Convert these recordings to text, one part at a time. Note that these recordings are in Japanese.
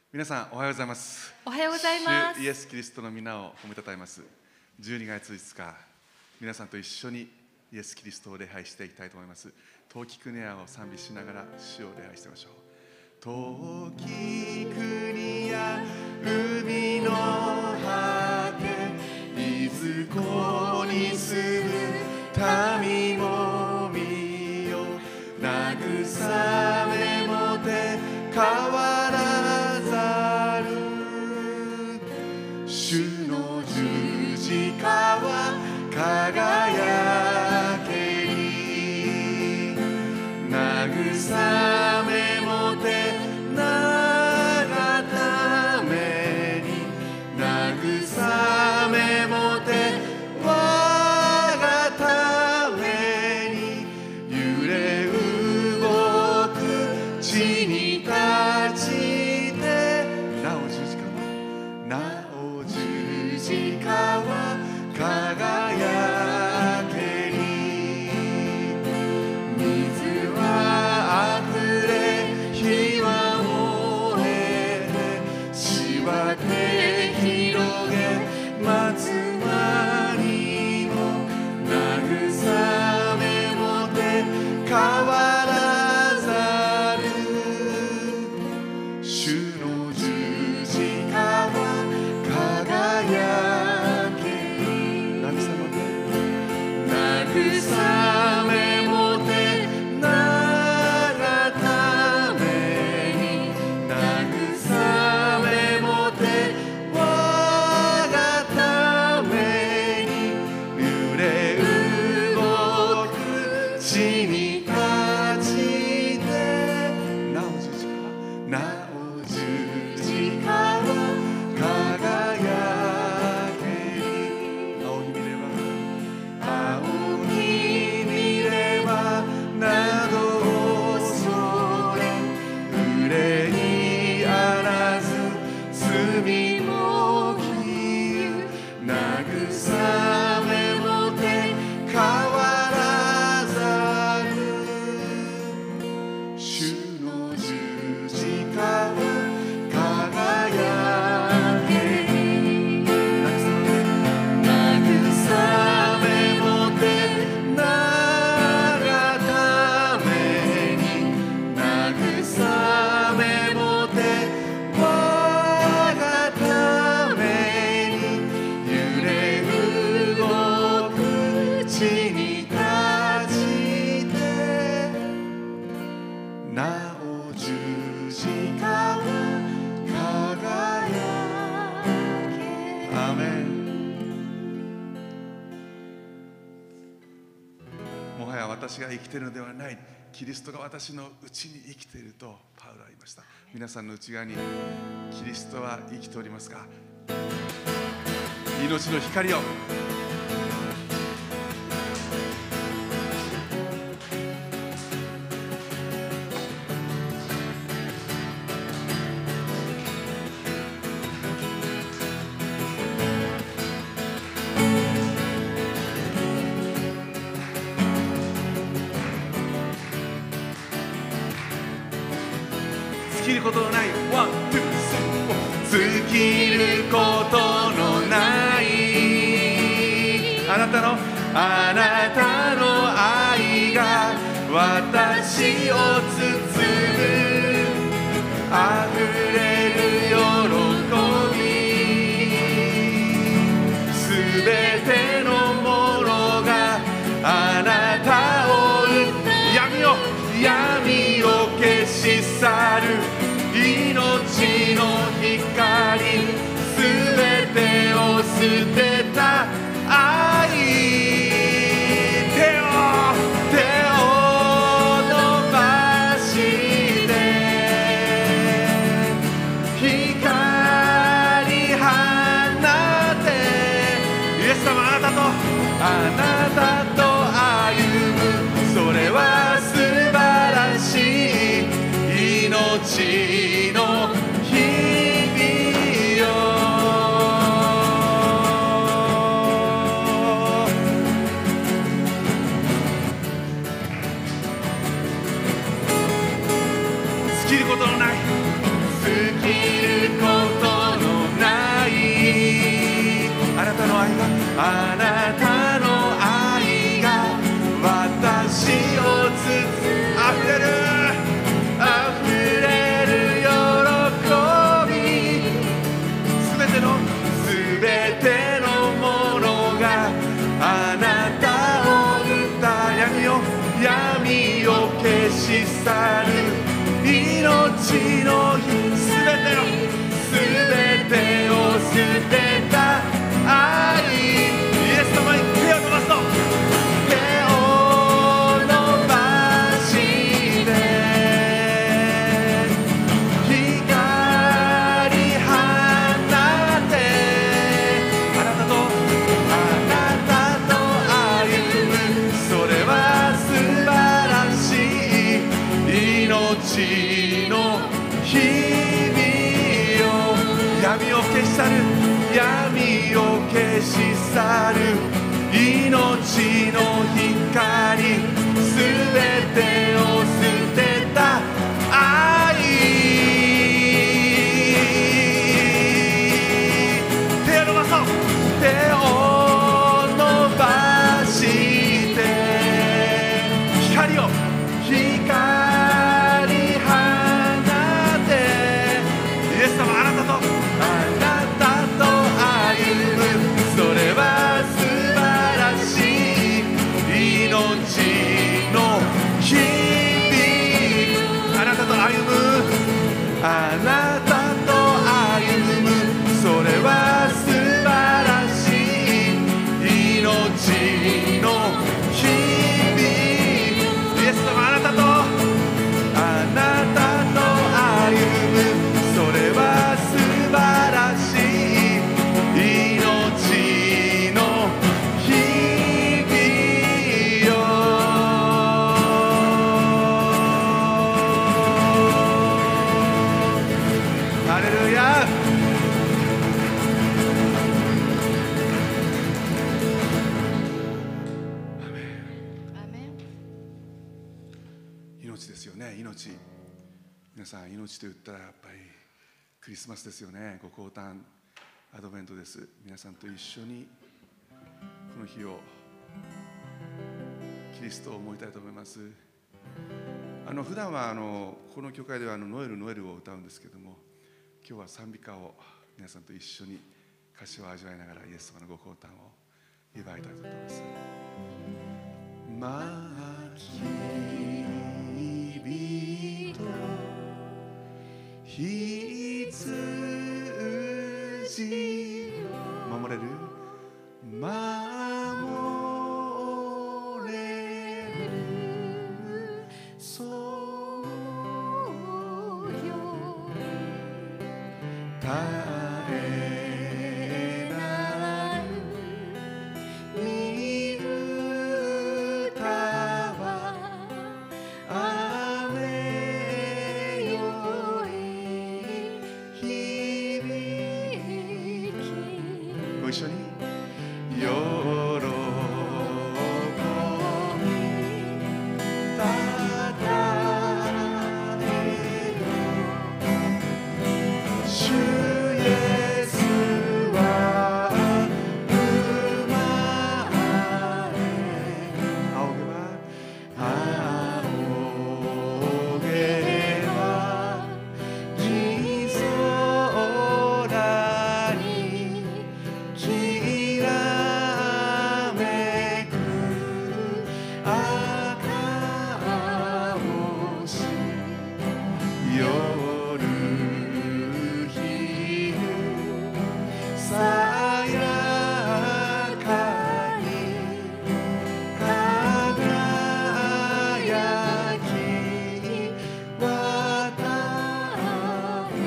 皆さんおはようございます。 おはようございます。 主イエス・キリストの皆を褒めたたえます。12月5日、皆さんと一緒にイエス・キリストを礼拝していきたいと思います。陶器国屋を賛美しながら主を礼拝してみましょう。陶器国屋海の果て、いずこに住む民も見よ、慰めもて変わらざる主の十字架は輝けり、慰めもて長ために、慰めもて我がために、揺れ動く地に立ちて、なお十字架は輝けり、水はあふれ火は燃えて、死は手広げ待つ間にも、慰めもて変わらざる主の十字架は輝けり、慰めもて長ために、慰めもて我がために、揺れ動く地に立ちて、なお十字架は輝けり、青ひみればなど恐れ、憂いあらず罪も消ゆ、慰めもて変わらざる主の十字架は輝けり、慰めもて長ために、慰めもて我がために、揺れ動く地に立ちて、なお十字架は輝け。アーメン。もはや私が生きているのではない、キリストが私のうちに生きているとパウロは言いました。皆さんの内側にキリストは生きておりますか？命の光を尽きることのない、ワン、ツー、スリー、尽きることのない、あなたの愛が私を包む、あふれる喜び、すべてのものがあなたを闇を消し去る命の光、すべてを捨てた愛、手を伸ばして光放て、イエス様、あなたと歩む、それは素晴らしい命の日々よ。尽きることのない、尽きるあなたの愛が私をあふれる喜び、すべてのものがあなたを歌闇を消し去る命の日、すべてを捨てた愛、イエス様に手を伸ばすと、手を伸ばして光放ってあなたと歩む、それは素晴らしい命の日々よ。闇を消し去る、闇を消し去る命の光、すべてを捨てた愛、手を伸ばそう、手を伸ばして光を放て、イエス様あなたと歩む、それは素晴らしい命の日々、あなたと歩む、あなたと歩む、それは素晴らしい命の日々、イエス様あなたと歩む、それは素晴らしい命の日々よ。ハレルヤ。命ですよね、命。皆さん、命と言ったらやっぱりクリスマスですよね。ご降誕アドベントです。皆さんと一緒にこの日を、キリストを思いたいと思います。普段はこの教会ではノエルを歌うんですけども、今日は賛美歌を皆さんと一緒に歌詞を味わいながらイエス様のご降誕を祝いたいと思います。まきびと羊守れる、守れる、そうよ、絶えない御歌は雨より響き、ご一緒に喜びたたえよ、主イエスは生まれ、仰げば地空にきらめく赤星、夜昼さやかに輝き渡れ、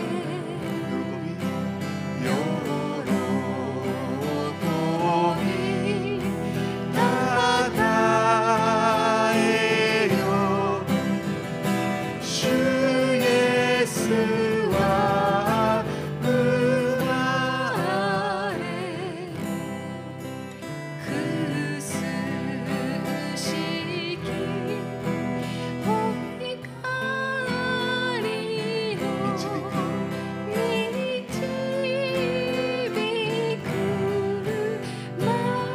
喜びたたえよ、主イエスは生まれ、苦しき光の導く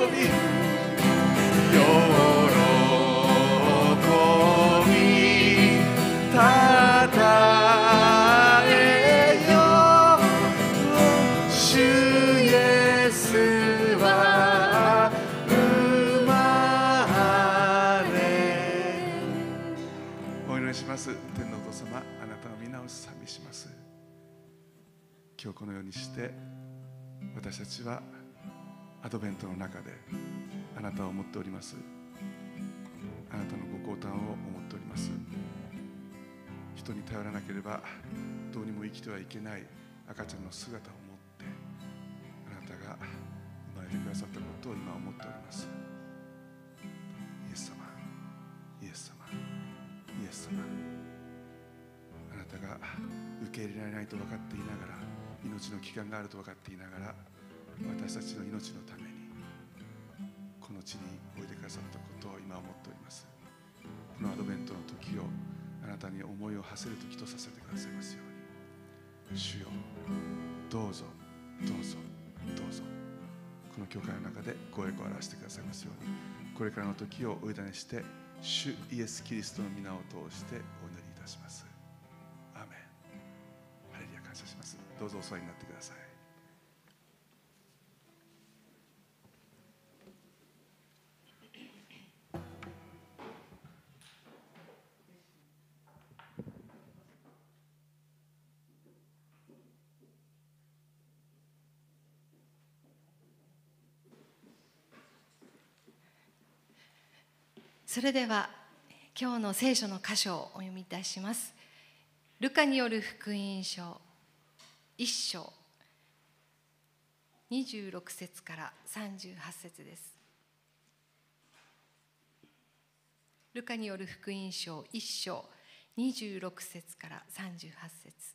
今日このようにして私たちはアドベントの中であなたを思っております。あなたのご降誕を思っております。人に頼らなければどうにも生きてはいけない赤ちゃんの姿を持ってあなたが生まれてくださったことを今思っております。イエス様、イエス様、イエス様、あなたが受け入れられないと分かっていながら、命の期間があると分かっていながら、私たちの命のためにこの地においでくださったことを今思っております。このアドベントの時をあなたに思いを馳せる時とさせてくださいますように。主よ、どうぞどうぞどうぞ、この教会の中でご栄光を表してくださいますように。これからの時をお委ねして主イエス・キリストの皆を通してお祈りいたします。アーメン。ハレルヤ、感謝します。どうぞお座りになってください。 それでは今日の聖書の箇所をお読みいたします。ルカによる福音書1章26節から38節です。ルカによる福音書1章26節から38節。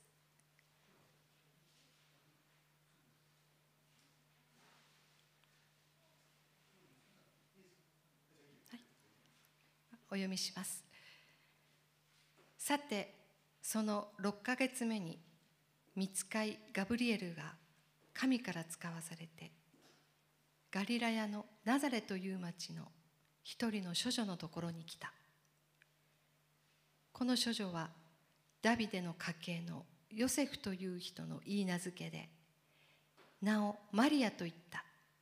お読みします。さて、その6ヶ月目に御使いガブリエルが神から使わされて、ガリラヤのナザレという町の一人の処女のところに来た。この処女はダビデの家系のヨセフという人の言い名付けで、名をマリアと言った。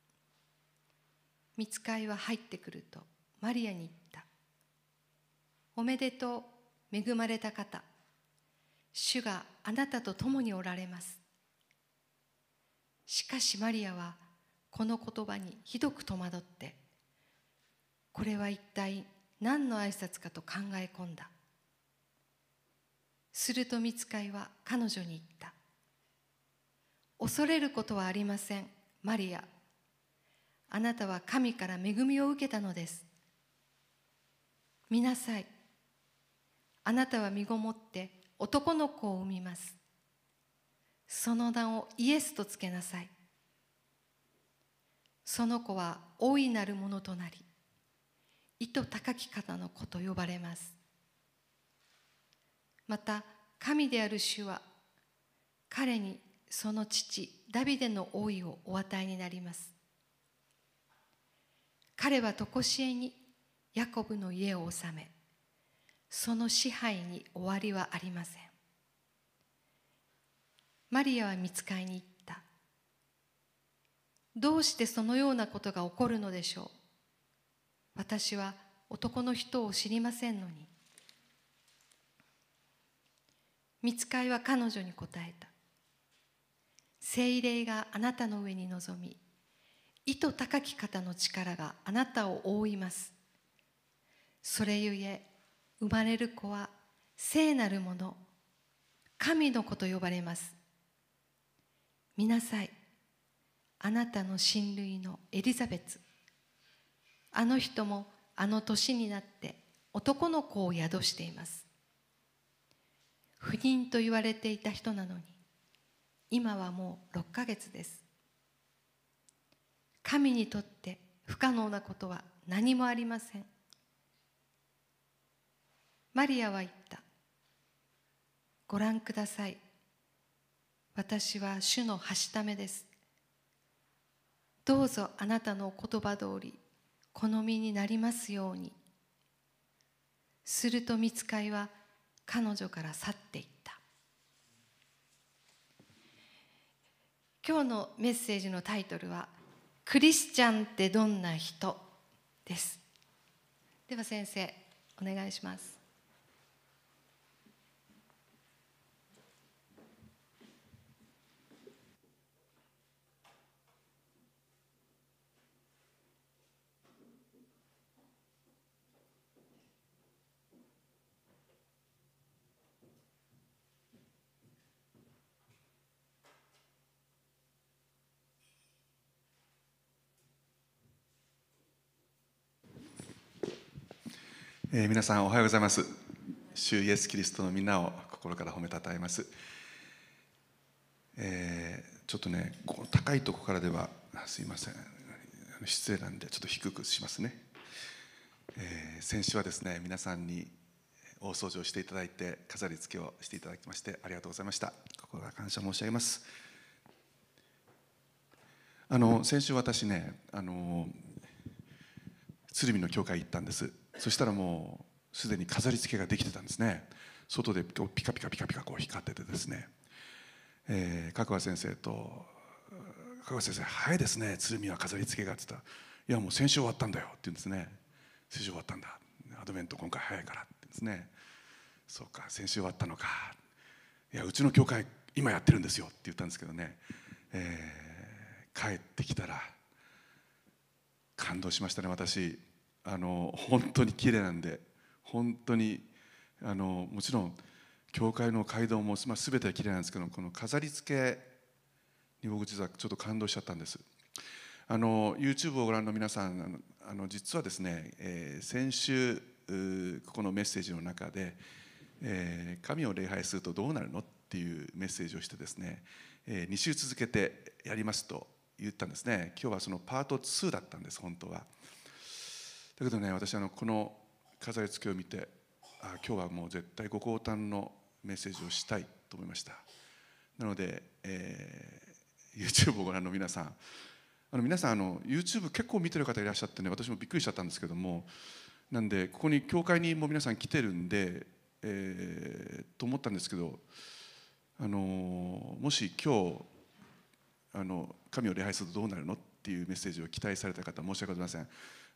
御使いは入ってくるとマリアに言った。おめでとう、恵まれた方。主があなたと共におられます。しかしマリアはこの言葉にひどく戸惑って、これは一体何の挨拶かと考え込んだ。すると御使いは彼女に言った。恐れることはありません、マリア。あなたは神から恵みを受けたのです。見なさい。あなたは身ごもって男の子を産みます。その名をイエスとつけなさい。その子は大いなるものとなり、意図高き方の子と呼ばれます。また神である主は彼にその父ダビデの王位をお与えになります。彼は常しえにヤコブの家を治め、その支配に終わりはありません。マリアは御使いに言った。どうしてそのようなことが起こるのでしょう。私は男の人を知りませんのに。御使いは彼女に答えた。聖霊があなたの上に臨み、意図高き方の力があなたを覆います。それゆえ生まれる子は聖なるもの、神の子と呼ばれます。見なさい。あなたの親類のエリザベツ。あの人もあの年になって男の子を宿しています。不妊と言われていた人なのに、今はもう6ヶ月です。神にとって不可能なことは何もありません。マリアは言った。ご覧ください。私は主のはしためです。 どうぞあなたのお言葉通り好みになりますように。すると御使いは彼女から去っていった。今日のメッセージのタイトルはクリスチャンってどんな人です。では先生お願いします。 皆さんおはようございます。主イエスキリストのみんなを心から褒めたたえます。ちょっとね、この高いところからではすいません、失礼なんでちょっと低くしますね。先週はですね、皆さんに大掃除をしていただいて飾り付けをしていただきましてありがとうございました。心から感謝申し上げます。先週私ね、鶴見の教会行ったんです。そしたらもうすでに飾り付けができてたんですね。外でピカピカピカピカこう光っててですね、角川先生と「角川先生早いですね、鶴見は飾り付けが」って言ったら「いやもう先週終わったんだよ」って言うんですね。先週終わったんだ、アドベント今回早いからって言うんですね。そうか、先週終わったのか。いやうちの教会今やってるんですよって言ったんですけどね、帰ってきたら感動しましたね。私本当に綺麗なんで、本当にもちろん教会の街道も、全ては綺麗なんですけど、この飾り付けに僕実はちょっと感動しちゃったんです。YouTube をご覧の皆さん、実はですね、先週ここのメッセージの中で、神を礼拝するとどうなるのっていうメッセージをしてですね、2週続けてやりますと言ったんですね。今日はそのパート2だったんです、本当は。だけどね、私この飾り付けを見て、今日はもう絶対ご降誕のメッセージをしたいと思いました。なので、YouTube をご覧の皆さん、皆さんYouTube 結構見てる方いらっしゃってね、私もびっくりしちゃったんですけども、なんでここに教会にも皆さん来てるんで、と思ったんですけど、もし今日神を礼拝するとどうなるのっていうメッセージを期待された方、申し訳ございません。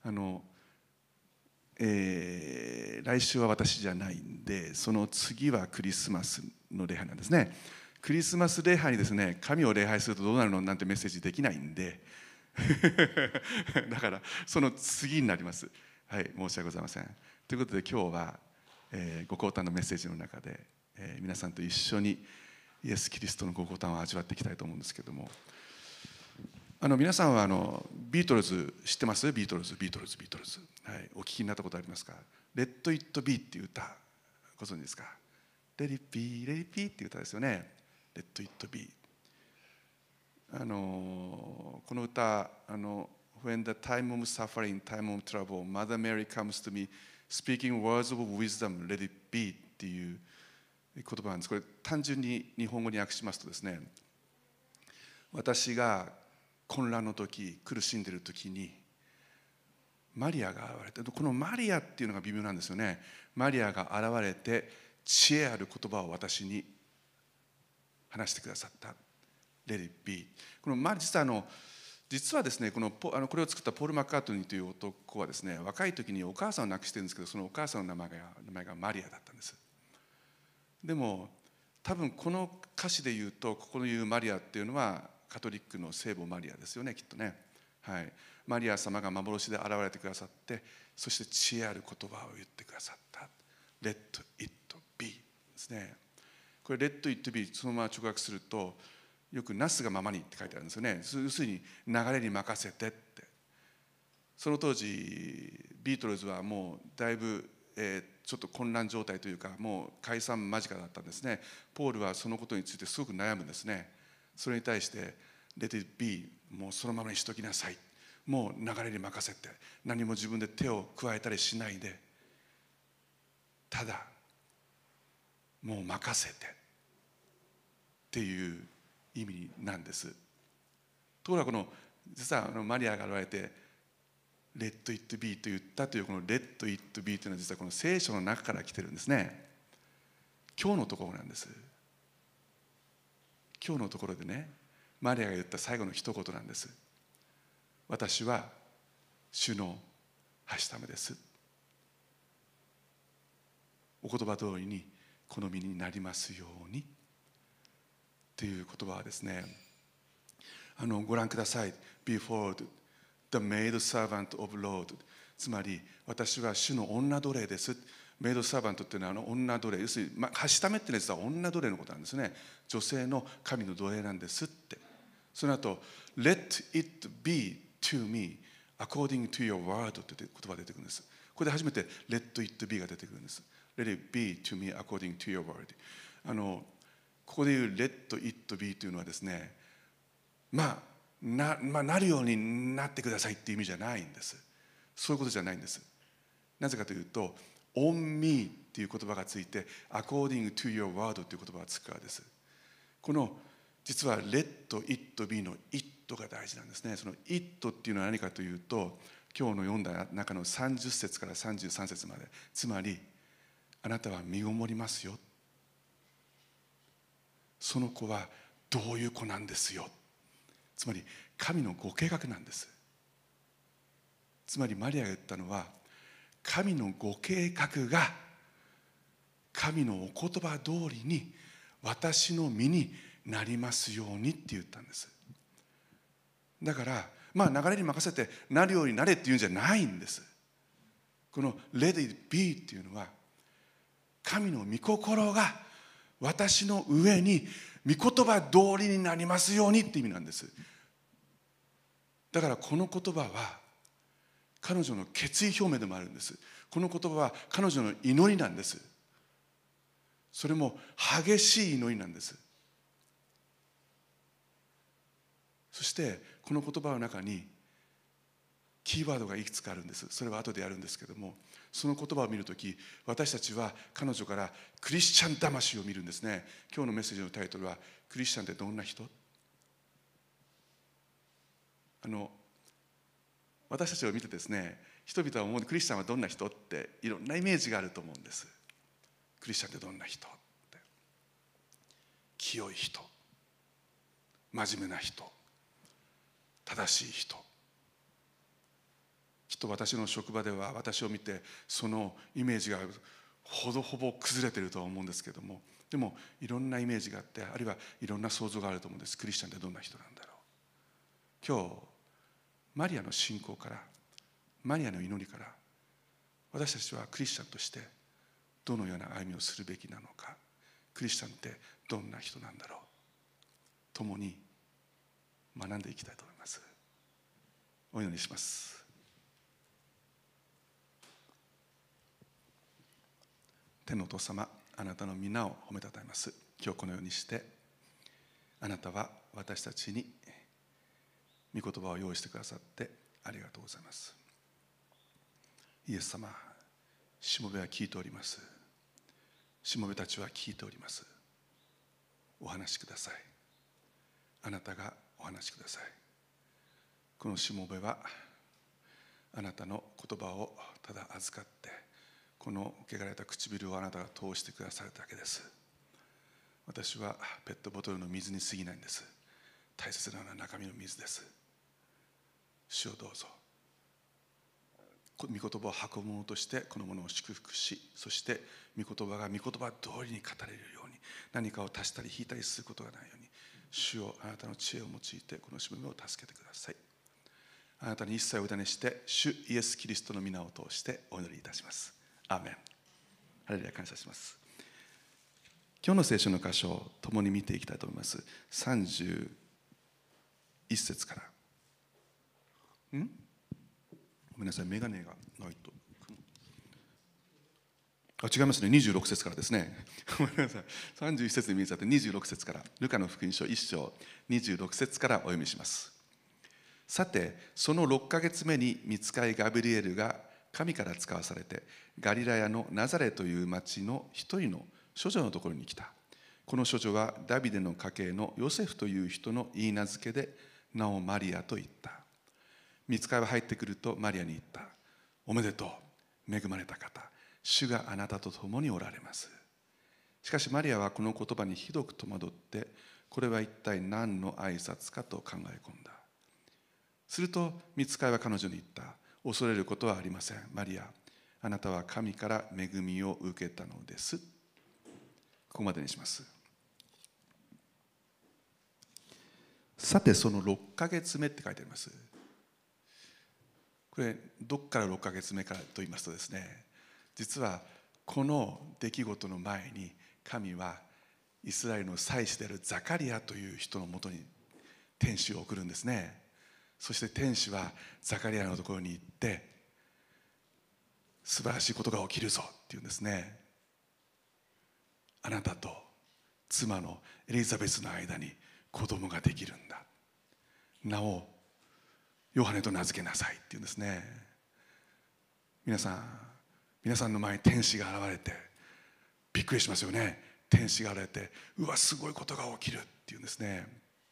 来週は私じゃないんで、その次はクリスマスの礼拝なんですね。クリスマス礼拝にですね、神を礼拝するとどうなるのなんてメッセージできないんでだからその次になります。はい、申し訳ございません。ということで今日は、ご降誕のメッセージの中で、皆さんと一緒にイエス・キリストのご降誕を味わっていきたいと思うんですけども、皆さんはビートルズ知ってます？ビートルズ、はい、お聞きになったことありますか？レッド・イット・ビーっていう歌ご存知ですか？レディ・ビー、レディ・ビーっていう歌ですよね。レッド・イット・ビー。この歌When the time of suffering, time of trouble, Mother Mary comes to me, speaking words of wisdom, let it be っていう言葉なんです。これ単純に日本語に訳しますとですね、私が混乱の時、苦しんでいる時にマリアが現れて、このマリアっていうのが微妙なんですよね。マリアが現れて知恵ある言葉を私に話してくださった。Let it be。この実はですね、これを作ったポール・マッカートニーという男はですね、若い時にお母さんを亡くしてるんですけど、そのお母さんの名前がマリアだったんです。でも多分この歌詞で言うと、ここの言うマリアっていうのはカトリックの聖母マリアですよね、きっとね。はい、マリア様が幻で現れてくださって、そして知恵ある言葉を言ってくださった。Let it be ですね。これ Let it be そのまま直訳すると、よくなすがままにって書いてあるんですよね。要するに流れに任せてって。その当時ビートルズはもうだいぶ、ちょっと混乱状態というか、もう解散間近だったんですね。ポールはそのことについてすごく悩むんですね。それに対してLet it be、もうそのままにしときなさい、もう流れに任せて、何も自分で手を加えたりしないで、ただもう任せてっていう意味なんです。ところがこの実はマリアが現れて「Let it be」と言ったというこの「Let it be」というのは実はこの聖書の中から来てるんですね。今日のところなんです。今日のところでね、マリアが言った最後の一言なんです。私は主のはしためです。お言葉通りにこの身になりますようにという言葉はですね、ご覧ください。 Before the maid servant of Lord、 つまり私は主の女奴隷です。メイドサーバントっていうのは女奴隷、要するにはしためっていうのは実は女奴隷のことなんですね。女性の神の奴隷なんですって。その後 Let it be to me according to your word って言葉が出てくるんです。これで初めて Let it be が出てくるんです。 Let it be to me according to your word。 ここでいう Let it be というのはですね、なるようになってくださいっていう意味じゃないんです。そういうことじゃないんです。なぜかというとOn me っていう言葉がついて According to your word という言葉がつくからです。この実は Let it be の it が大事なんですね。その it っていうのは何かというと、今日の読んだ中の30節から33節まで、つまりあなたは身ごもりますよ、その子はどういう子なんですよ、つまり神のご計画なんです。つまりマリアが言ったのは、神のご計画が神のお言葉通りに私の身になりますようにって言ったんです。だから流れに任せてなるようになれっていうんじゃないんです。この Let it be っていうのは神の御心が私の上に御言葉通りになりますようにって意味なんです。だからこの言葉は彼女の決意表明でもあるんです。この言葉は彼女の祈りなんです。それも激しい祈りなんです。そしてこの言葉の中にキーワードがいくつかあるんです。それは後でやるんですけども、その言葉を見るとき、私たちは彼女からクリスチャン魂を見るんですね。今日のメッセージのタイトルはクリスチャンってどんな人？私たちを見てですね、人々は思うクリスチャンはどんな人っていろんなイメージがあると思うんです。クリスチャンってどんな人って、清い人、真面目な人、正しい人。きっと私の職場では私を見てそのイメージがほぼ崩れているとは思うんですけども、でもいろんなイメージがあって、あるいはいろんな想像があると思うんです。クリスチャンってどんな人なんだろう。今日マリアの信仰から、マリアの祈りから、私たちはクリスチャンとしてどのような歩みをするべきなのか、クリスチャンってどんな人なんだろう、共に学んでいきたいと思います。お祈りします。天のお父様、あなたの皆を褒めたたえます。今日このようにしてあなたは私たちに御言葉を用意してくださってありがとうございます。イエス様、しもべは聞いております。しもべたちは聞いております。お話しください。あなたがお話しください。このしもべはあなたの言葉をただ預かって、この汚れた唇をあなたが通してくださるだけです。私はペットボトルの水に過ぎないんです。大切なのは中身の水です。主をどうぞ御言葉を運ぶものとしてこのものを祝福し、そして御言葉が御言葉通りに語れるように、何かを足したり引いたりすることがないように、主をあなたの知恵を用いてこのしもべを助けてください。あなたに一切お委ねして、主イエスキリストの皆を通してお祈りいたします。アーメン。ハレルヤ、感謝します。今日の聖書の箇所を共に見ていきたいと思います。31節から。ごめんなさい、眼鏡がないと。違いますね、26節からですね。ごめんなさい、31節に見えちゃって26節から、ルカの福音書1章26節からお読みします。さて、その6ヶ月目に御使いガブリエルが神から使わされて、ガリラヤのナザレという町の一人の処女のところに来た。この処女はダビデの家系のヨセフという人の言い名付けで、名をマリアと言った。 御使いは入ってくるとマリアに言った。おめでとう、恵まれた方、主があなたと共におられます。しかしマリアはこの言葉にひどく戸惑って、これは一体何の挨拶かと考え込んだ。すると御使いは彼女に言った。恐れることはありません。マリア、あなたは神から恵みを受けたのです。ここまでにします。さて、その6ヶ月目って書いてあります。これどっから6ヶ月目かと言いますとですね、実はこの出来事の前に神はイスラエルの祭司であるザカリアという人のもとに天使を送るんですね。そして天使はザカリアのところに行って、素晴らしいことが起きるぞって言うんですね。あなたと妻のエリザベスの間に子供ができるんだ。名をヨハネと名付けなさいって言うんですね。皆さんの前に天使が現れてびっくりしますよね。天使が現れて、うわ、すごいことが起きるって言うんですね。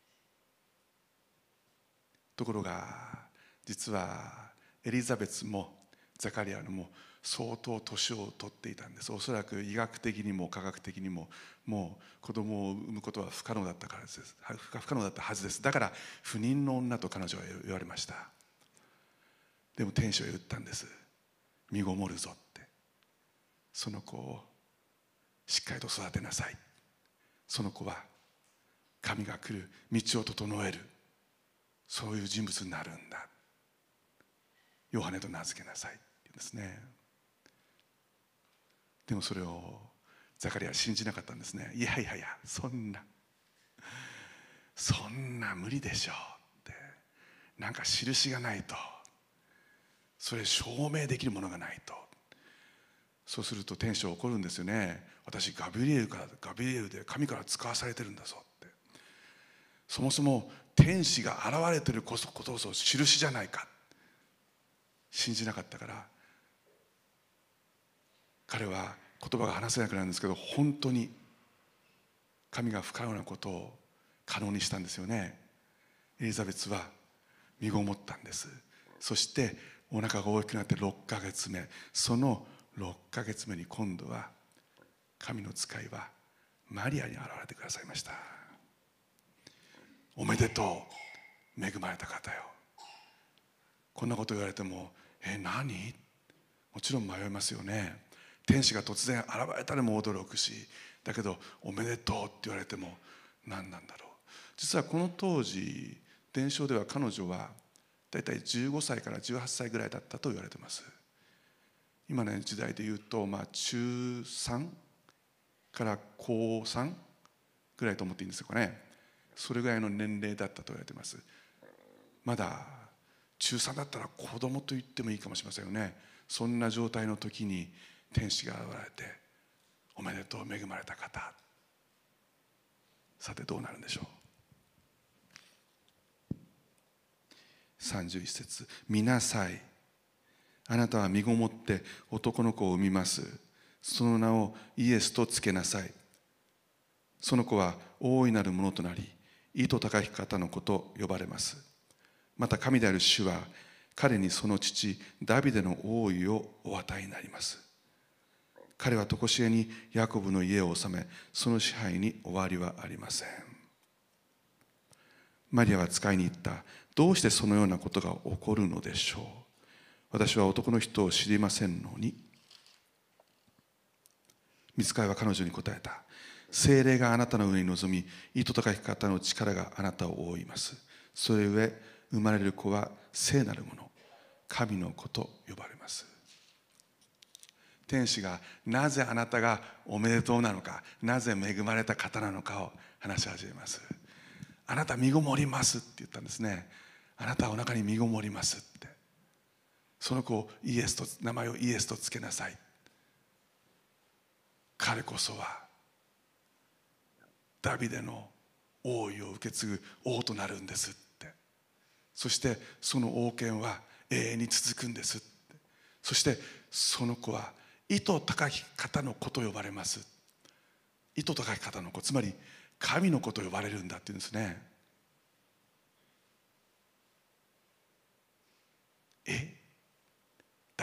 ところが実はエリザベスもザカリアも相当年を取っていたんです。おそらく医学的にも科学的にももう子供を産むことは不可能だったからです。不可能だったはずです。だから不妊の女と彼女は言われました。でも天使は言ったんです。身ごもるぞって。その子をしっかりと育てなさい。その子は神が来る道を整える、そういう人物になるんだ。ヨハネと名付けなさいって言うんですね。でもそれをザカリアは信じなかったんですね。いや、そんな無理でしょうって。なんか印がないと、それ証明できるものがないと。そうすると天使は怒るんですよね。私ガブリエルで神から使わされてるんだぞって。そもそも天使が現れてることこそ印じゃないか。信じなかったから彼は言葉が話せなくなるんですけど、本当に神が不可能なことを可能にしたんですよね。エリザベスは身ごもったんです。そしてお腹が大きくなって6ヶ月目、その6ヶ月目に今度は神の使いはマリアに現れてくださいました。おめでとう、恵まれた方よ。こんなこと言われても何？もちろん迷いますよね。天使が突然現れたらも驚くし、だけどおめでとうって言われても何なんだろう。実はこの当時伝承では彼女はだいたい15歳から18歳ぐらいだったと言われています。今の時代でいうと、中3から高3ぐらいと思っていいんですかね。それぐらいの年齢だったと言われています。まだ中3だったら子供と言ってもいいかもしれませんよね。そんな状態の時に天使が現れて、おめでとう、恵まれた方。さてどうなるんでしょう。31節、見なさい、あなたは身ごもって男の子を産みます。その名をイエスとつけなさい。その子は大いなるものとなり、意図高き方の子と呼ばれます。また神である主は彼にその父ダビデの王位をお与えになります。彼は常しえにヤコブの家を治め、その支配に終わりはありません。マリアは使いに言った。どうしてそのようなことが起こるのでしょう。私は男の人を知りませんのに。御使いは彼女に答えた。聖霊があなたの上に臨み、意図高き方の力があなたを覆います。それゆえ生まれる子は聖なるもの、神の子と呼ばれます。天使がなぜあなたがおめでとうなのか、なぜ恵まれた方なのかを話し始めます。あなた身ごもりますって言ったんですね。あなたはお腹に身ごもりますって。その子を名前をイエスとつけなさい。彼こそはダビデの王位を受け継ぐ王となるんですって。そしてその王権は永遠に続くんですって。そしてその子は意図高き方の子と呼ばれます。意図高き方の子、つまり神の子と呼ばれるんだっていうんですね。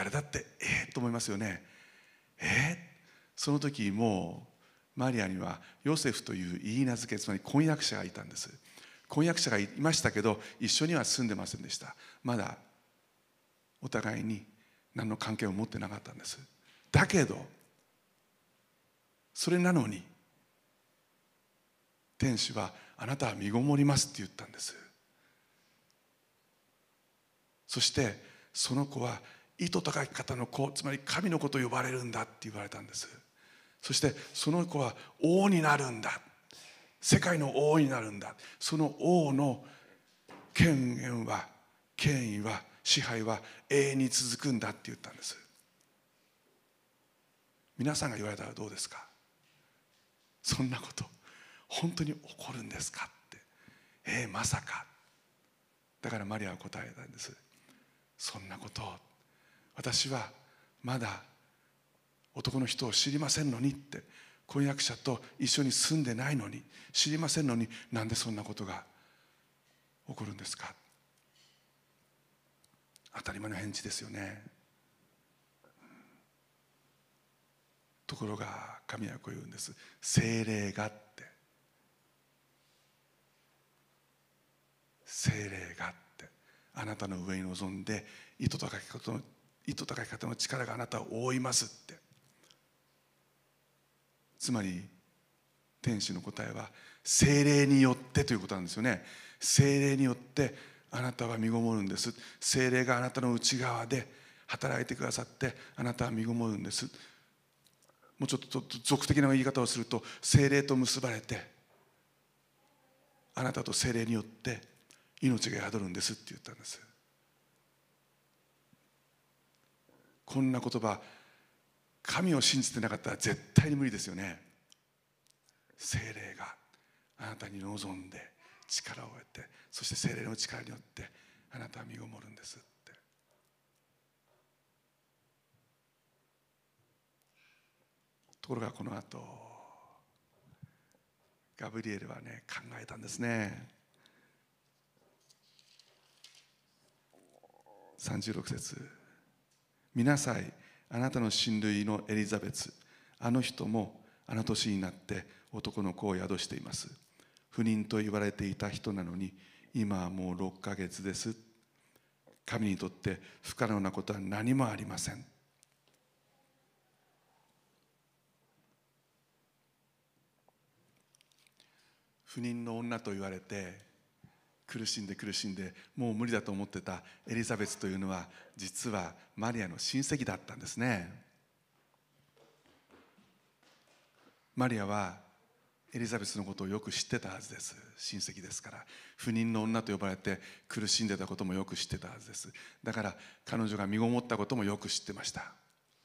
誰だってと思いますよね。その時もうマリアにはヨセフという言い名付け、つまり婚約者がいたんです。婚約者がいましたけど一緒には住んでませんでした。まだお互いに何の関係を持ってなかったんです。だけどそれなのに天使はあなたは身ごもりますって言ったんです。そしてその子は意図高き方の子、つまり神の子と呼ばれるんだって言われたんです。そしてその子は王になるんだ、世界の王になるんだ。その王の権威は支配は永遠に続くんだって言ったんです。皆さんが言われたらどうですか？そんなこと本当に起こるんですかって、まさか。だからマリアは答えたんです。そんなことを私はまだ男の人を知りませんのにって、婚約者と一緒に住んでないのに、知りませんのに、なんでそんなことが起こるんですか？当たり前の返事ですよね。ところが神はこう言うんです。聖霊がって、聖霊がってあなたの上に臨んで意図高き方の力があなたを覆いますって。つまり天使の答えは聖霊によってということなんですよね。聖霊によってあなたは身ごもるんです。聖霊があなたの内側で働いてくださってあなたは身ごもるんです。もうちょっと俗的な言い方をすると、聖霊と結ばれてあなたと聖霊によって命が宿るんですって言ったんです。こんな言葉、神を信じてなかったら絶対に無理ですよね。聖霊があなたに望んで力を得て、そして聖霊の力によってあなたは身ごもるんですって。ところがこの後ガブリエルはね、考えたんですね。36節、見なさい、あなたの親類のエリザベツ、あの人もあの年になって男の子を宿しています。不妊と言われていた人なのに今はもう6ヶ月です。神にとって不可能なことは何もありません。不妊の女と言われて苦しんでもう無理だと思ってたエリザベスというのは実はマリアの親戚だったんですね。マリアはエリザベスのことをよく知ってたはずです。親戚ですから。不妊の女と呼ばれて苦しんでたこともよく知ってたはずです。だから彼女が身ごもったこともよく知ってました。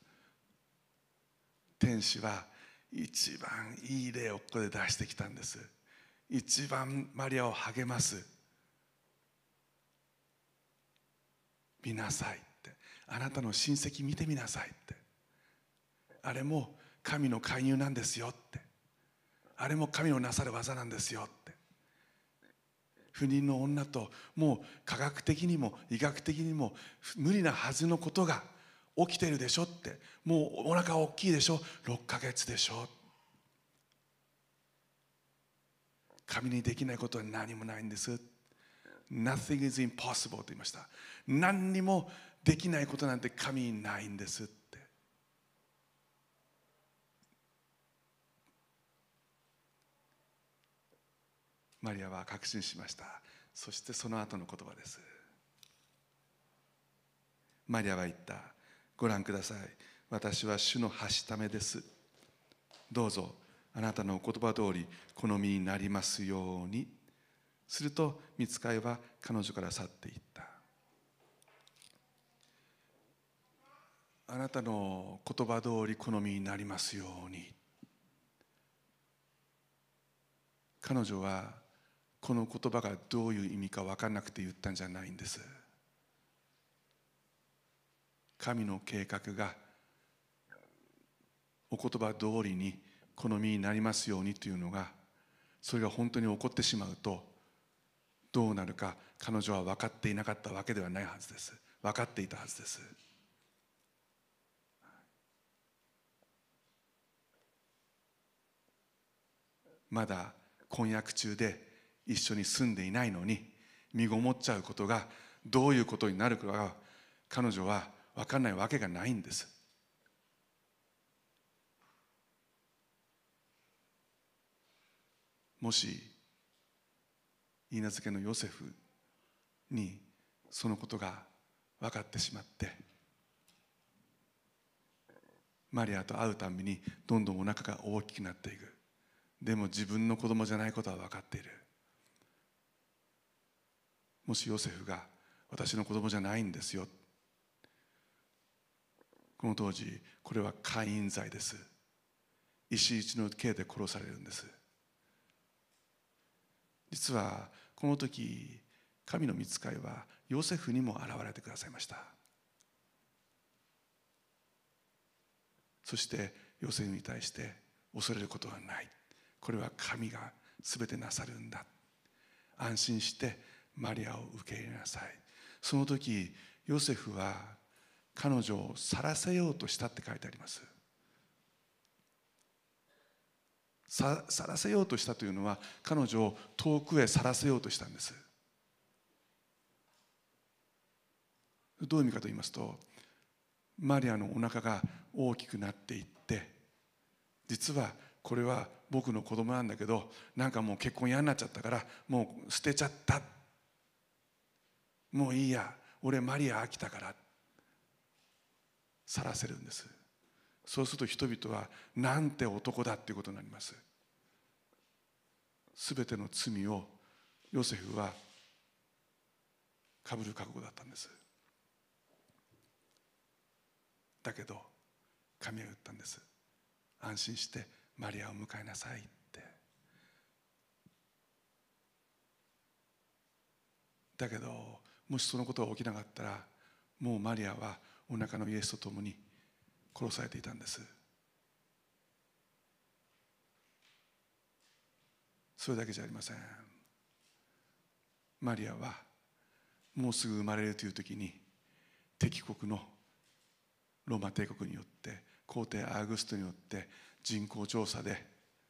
天使は一番いい例をここで出してきたんです。一番マリアを励ます。見なさいって、あなたの親戚見てみなさいって、あれも神の介入なんですよって、あれも神のなさる技なんですよって。不妊の女ともう科学的にも医学的にも無理なはずのことが起きてるでしょって、もうお腹大きいでしょ、6ヶ月でしょ、神にできないことは何もないんです。 Nothing is impossible と言いました。何にもできないことなんて神にないんですって。マリアは確信しました。そしてその後の言葉です。マリアは言った。ご覧ください、私は主のはしためです。どうぞあなたのお言葉通り好みになりますように。すると御使いは彼女から去っていった。あなたの言葉通り好みになりますように。彼女はこの言葉がどういう意味か分からなくて言ったんじゃないんです。神の計画がお言葉通りに好みになりますようにというのが、それが本当に起こってしまうとどうなるか彼女は分かっていなかったわけではないはずです。分かっていたはずです。 まだ婚約中で一緒に住んでいないのに身ごもっちゃうことがどういうことになるかが彼女は分かんないわけがないんです。もし許嫁のヨセフにそのことが分かってしまって、マリアと会うたびにどんどんお腹が大きくなっていく。でも自分の子供じゃないことは分かっている。もしヨセフが私の子供じゃないんですよ、この当時これは姦淫罪です。石打ちの刑で殺されるんです。実はこの時神の御使いはヨセフにも現れてくださいました。そしてヨセフに対して恐れることはない、これは神が全てなさるんだ、安心してマリアを受け入れなさい。その時ヨセフは彼女を去らせようとしたって書いてあります。去らせようとしたというのは彼女を遠くへ去らせようとしたんです。どういう意味かと言いますと、マリアのお腹が大きくなっていって、実はこれは僕の子供なんだけど、なんかもう結婚嫌になっちゃったからもう捨てちゃった、もういいや、俺マリア飽きたから、去らせるんです。そうすると人々はなんて男だっていうことになります。すべての罪をヨセフはかぶる覚悟だったんです。だけど神は言ったんです。安心してマリアを迎えなさいって。だけどもしそのことが起きなかったら、もうマリアはお腹のイエスと共に殺されていたんです。それだけじゃありません。マリアはもうすぐ生まれるという時に、敵国のローマ帝国によって皇帝アーグストによって人口調査で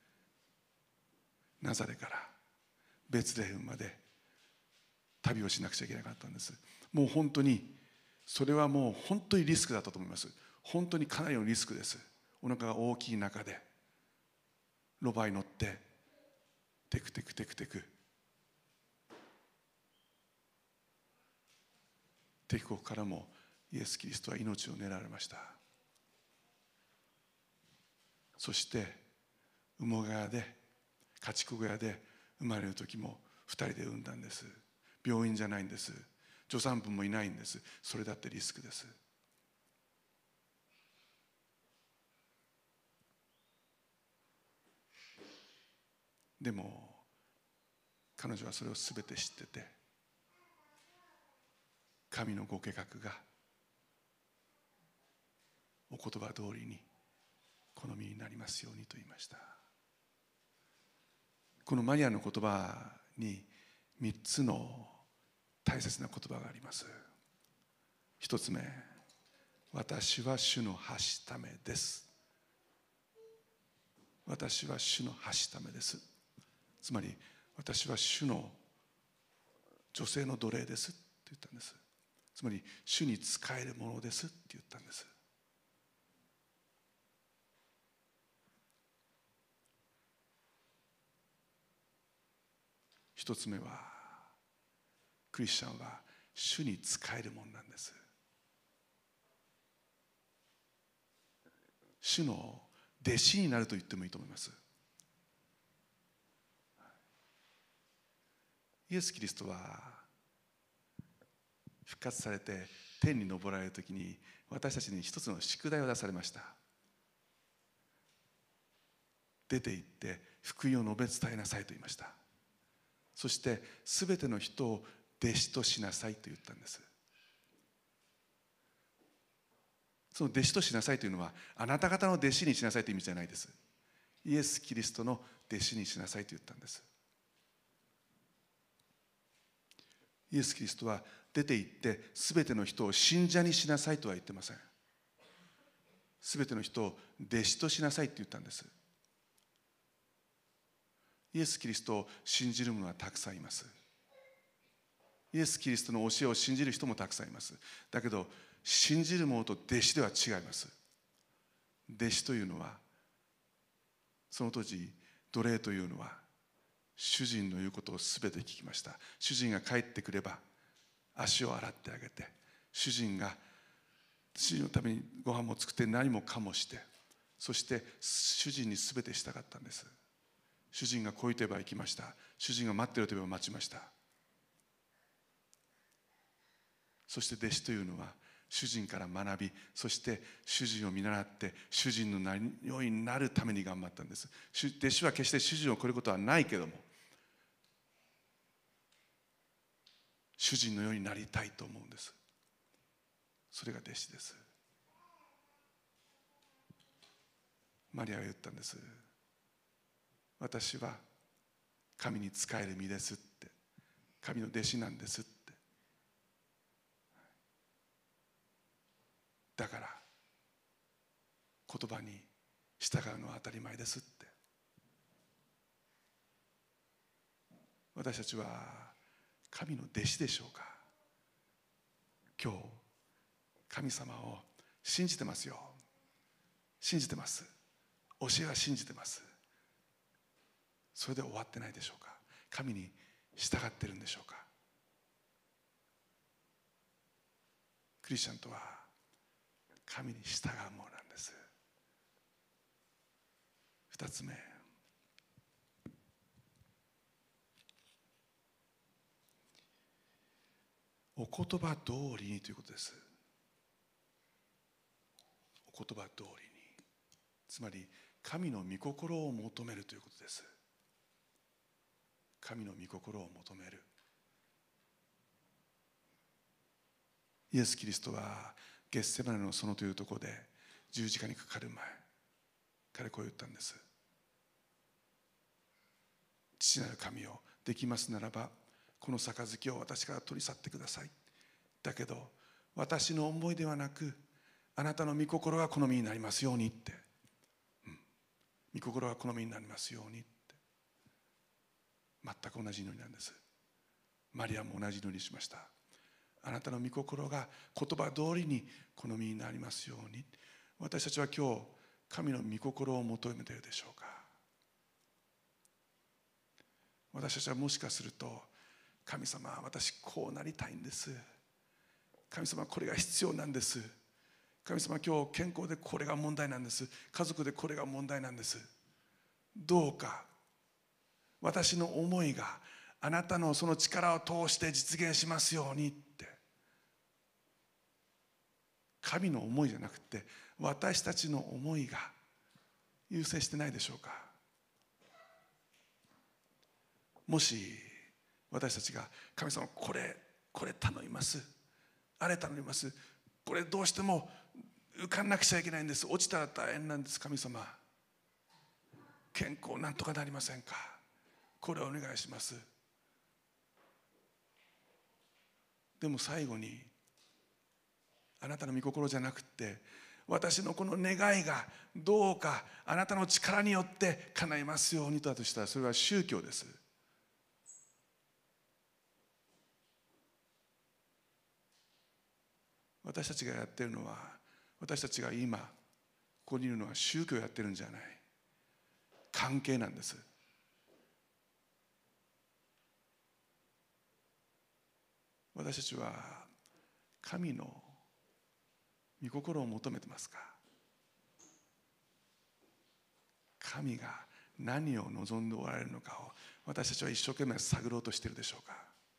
ナザレからベツレヘムまで旅をしなくちゃいけなかったんです。もう本当にそれはもう本当にリスクだったと思います。本当にかなりのリスクです。お腹が大きい中でロバに乗ってテクテクテクテク、敵国からもイエス・キリストは命を狙われました。そして馬小屋で家畜小屋で生まれる時も2人で産んだんです。病院じゃないんです。助産婦もいないんです。それだってリスクです。でも彼女はそれを全て知ってて、神のご計画がお言葉通りに好みになりますようにと言いました。このマリアの言葉に3つの大切な言葉があります。1つ目、私は主のはしためです。私は主のはしためです。つまり私は主の女性の奴隷ですって言ったんです。つまり主に仕えるものですって言ったんです。一つ目は、クリスチャンは主に仕えるものなんです。主の弟子になると言ってもいいと思います。イエス・キリストは復活されて天に昇られるときに、私たちに一つの宿題を出されました。出て行って福音を述べ伝えなさいと言いました。そしてすべての人を弟子としなさいと言ったんです。その弟子としなさいというのは、あなた方の弟子にしなさいという意味じゃないです。イエス・キリストの弟子にしなさいと言ったんです。イエス・キリストは出て行ってすべての人を信者にしなさいとは言ってません。すべての人を弟子としなさいと言ったんです。 イエス・キリストを信じる者はたくさんいます。イエス・キリストの教えを信じる人もたくさんいます。だけど信じる者と弟子では違います。弟子というのは、その当時奴隷というのは主人の言うことを全て聞きました。主人が帰ってくれば足を洗ってあげて、主人のためにご飯も作って何もかもして、そして主人に全て従ったんです。主人が来いと言えば行きました。主人が待っていると言えば待ちました。そして弟子というのは主人から学び、そして主人を見習って主人のようになるために頑張ったんです。弟子は決して主人を超えることはないけども、主人のようになりたいと思うんです。それが弟子です。マリアが言ったんです。私は神に仕える身ですって、神の弟子なんですって。だから言葉に従うのは当たり前ですって。私たちは神の弟子でしょうか。今日神様を信じてますよ。信じてます。教えは信じてます。それで終わってないでしょうか。神に従ってるんでしょうか。クリスチャンとは神に従うものなんです。二つ目、お言葉通りにということです。お言葉通りに、つまり神の御心を求めるということです。神の御心を求める。イエス・キリストはゲッセマネの園というところで十字架にかかる前、彼こう言ったんです。父なる神よ、できますならばこの杯を私から取り去ってください。だけど私の思いではなく、あなたの御心が好みになりますようにって、御心が好みになりますようにって、全く同じ祈りなんです。マリアも同じ祈りしました。あなたの御心が言葉通りに好みになりますように。私たちは今日神の御心を求めているでしょうか。私たちはもしかすると、神様私こうなりたいんです、神様これが必要なんです、神様今日健康でこれが問題なんです、家族でこれが問題なんです、どうか私の思いがあなたのその力を通して実現しますようにって。神の思いじゃなくて私たちの思いが優先してないでしょうか。もし私たちが神様これ頼みます、あれ頼みます、これどうしても受かんなくちゃいけないんです、落ちたら大変なんです、神様健康なんとかなりませんか、これお願いします。でも最後にあなたの御心じゃなくて私のこの願いがどうかあなたの力によって叶いますようにとだとしたら、それは宗教です。私たちがやっているのは、私たちが今ここにいるのは宗教をやってるんじゃない、関係なんです。私たちは神の御心を求めてますか。神が何を望んでおられるのかを私たちは一生懸命探ろうとしているでしょうか。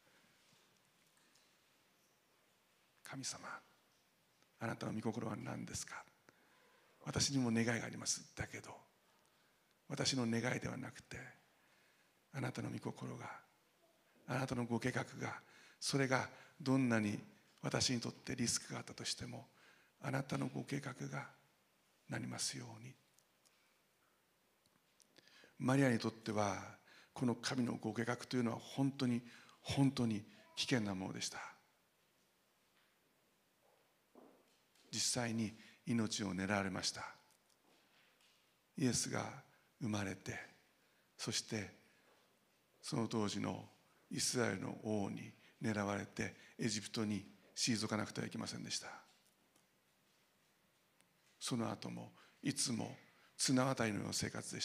神様、あなたの御心は何ですか。私にも願いがあります。だけど私の願いではなくて、あなたの御心が、あなたのご計画が、それがどんなに私にとってリスクがあったとしても、あなたのご計画がなりますように。マリアにとってはこの神のご計画というのは本当に危険なものでした。実際に命を狙われました。イエスが生まれて、そしてその当時のイスラエルの王に狙われてエジプトに退かなくてはいけませんでした。その後もいつも綱渡りのような生活でした。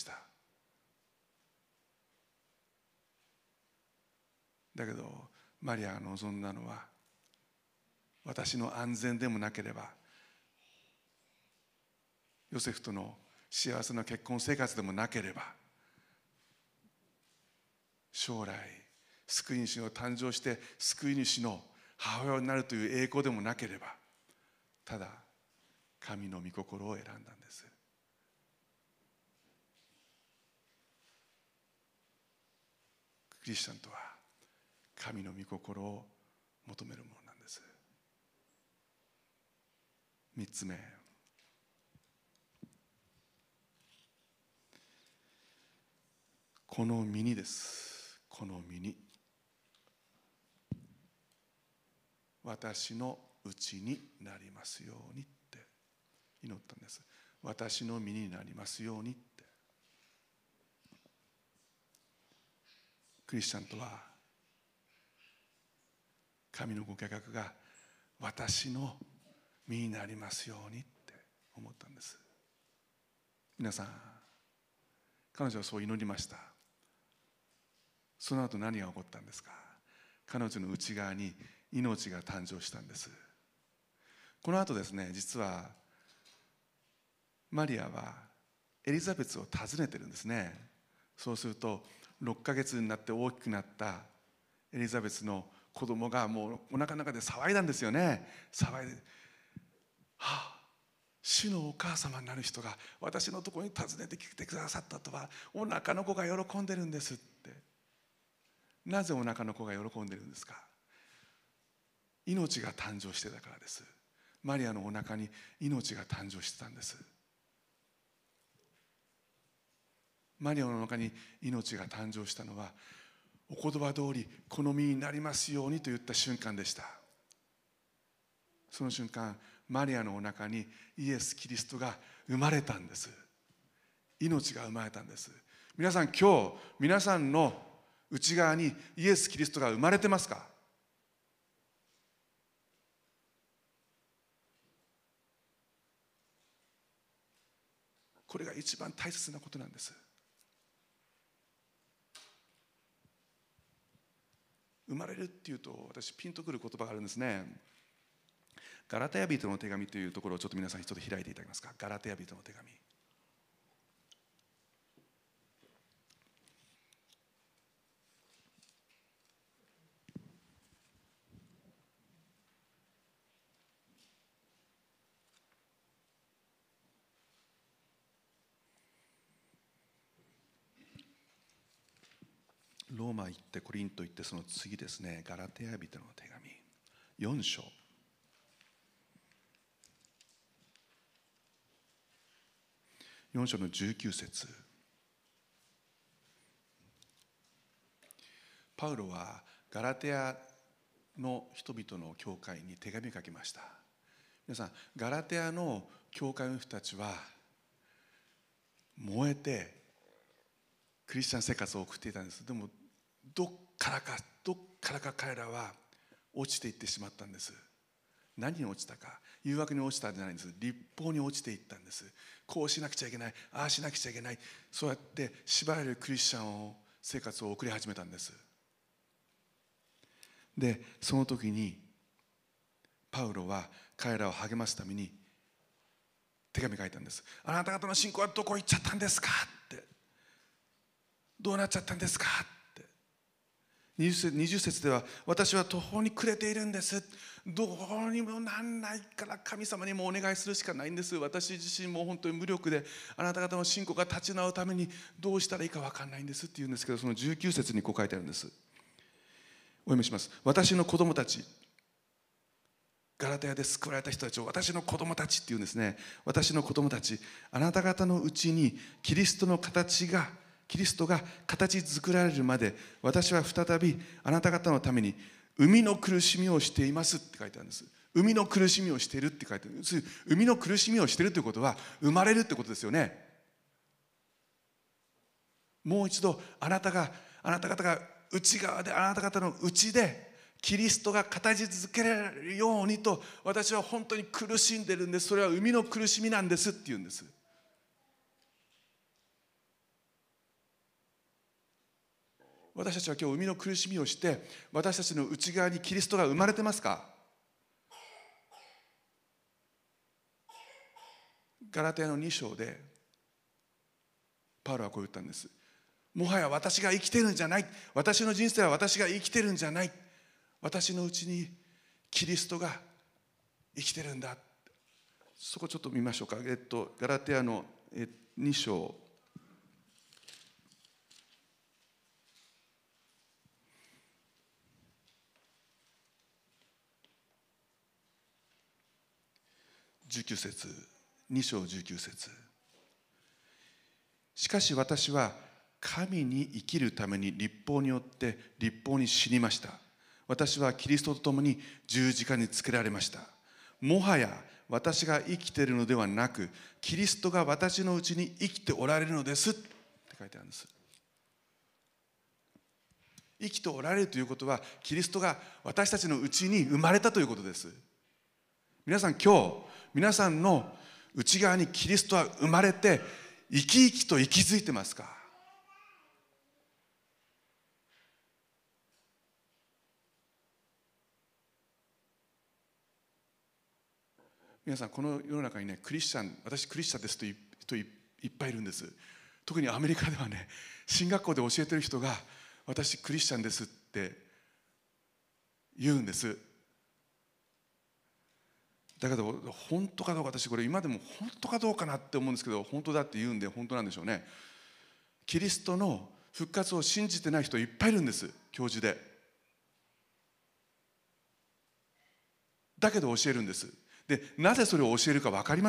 だけどマリアが望んだのは、私の安全でもなければヨセフとの幸せな結婚生活でもなければ、将来救い主が誕生して救い主の母親になるという栄光でもなければ、ただ神の御心を選んだんです。クリスチャンとは神の御心を求めるものなんです。3つ目、この身にです。この身に、私のうちになりますようにって祈ったんです。私の身になりますようにって。クリスチャンとは神のご計画が私の身になりますようにって思ったんです。皆さん、彼女はそう祈りました。その後何が起こったんですか。彼女の内側に命が誕生したんです。この後ですね、実はマリアはエリザベスを訪ねてるんですね。そうすると6ヶ月になって大きくなったエリザベスの子供がもうお腹の中で騒いだんですよね。騒いで、主のお母様になる人が私のところに訪ねてきてくださったとは、お腹の子が喜んでるんですって。なぜお腹の子が喜んでるんですか。命が誕生してたからです。マリアのお腹に命が誕生してたんです。マリアの中に命が誕生したのは、お言葉通りこの身になりますようにと言った瞬間でした。その瞬間、マリアのお腹にイエス・キリストが生まれたんです。命が生まれたんです。皆さん、今日皆さんの内側にイエス・キリストが生まれてますか。これが一番大切なことなんです。生まれるっていうと、私ピンとくる言葉があるんですね。ガラテヤ人の手紙というところをちょっと皆さん一度開いていただけますか。ガラテヤ人の手紙。ローマ行ってコリント行って、その次ですね、ガラテヤ人の手紙4章。4章の19節。パウロはガラテヤの人々の教会に手紙を書きました。皆さん、ガラテヤの教会の人たちは燃えてクリスチャン生活を送っていたんです。でもどっからか彼らは落ちていってしまったんです。何に落ちたか、誘惑に落ちたんじゃないんです。律法に落ちていったんです。こうしなくちゃいけない、ああしなくちゃいけない、そうやって縛られるクリスチャン生活を送り始めたんです。でその時にパウロは彼らを励ますために手紙書いたんです。あなた方の信仰はどこ行っちゃったんですかって、どうなっちゃったんですかって。20節では、私は途方に暮れているんです、どうにもなんないから神様にもお願いするしかないんです、私自身も本当に無力で、あなた方の信仰が立ち直るためにどうしたらいいか分かんないんですって言うんですけど、その19節にこう書いてあるんです。お読みします。私の子供たち、ガラテヤで救われた人たちを私の子供たちっていうんですね。私の子供たち、あなた方のうちにキリストが形作られるまで、私は再びあなた方のために生みの苦しみをしていますって書いてあるんです。生みの苦しみをしているって書いてあるんです。生みの苦しみをしているということは生まれるってことですよね。もう一度あなたあなた方が内側で、あなた方の内でキリストが形づけられるようにと、私は本当に苦しんでるんです。それは生みの苦しみなんですって言うんです。私たちは今日生みの苦しみをして、私たちの内側にキリストが生まれてますか？ガラテヤの2章でパウロはこう言ったんです。もはや私が生きてるんじゃない、私の人生は私が生きてるんじゃない、私のうちにキリストが生きてるんだ。そこちょっと見ましょうか。ガラテヤの2章19節、2章19節。しかし私は神に生きるために律法によって律法に死にました。私はキリストと共に十字架につけられました。もはや私が生きているのではなく、キリストが私のうちに生きておられるのですって書いてあるんです。生きておられるということは、キリストが私たちのうちに生まれたということです。皆さん、今日皆さんの内側にキリストは生まれて生き生きと息づいてますか？皆さん、この世の中にね、クリスチャン、私クリスチャンですという人いっぱいいるんです。特にアメリカではね、進学校で教えてる人が私クリスチャンですって言うんです。だけど本当かどうか、私これ今でも本当かどうかなって思うんですけど、本当だって言うんで本当なんでしょうね。キリストの復活を信じてない人いっぱいいるんです、教授で。だけど教えるんです。で、なぜそれを教えるか分かります？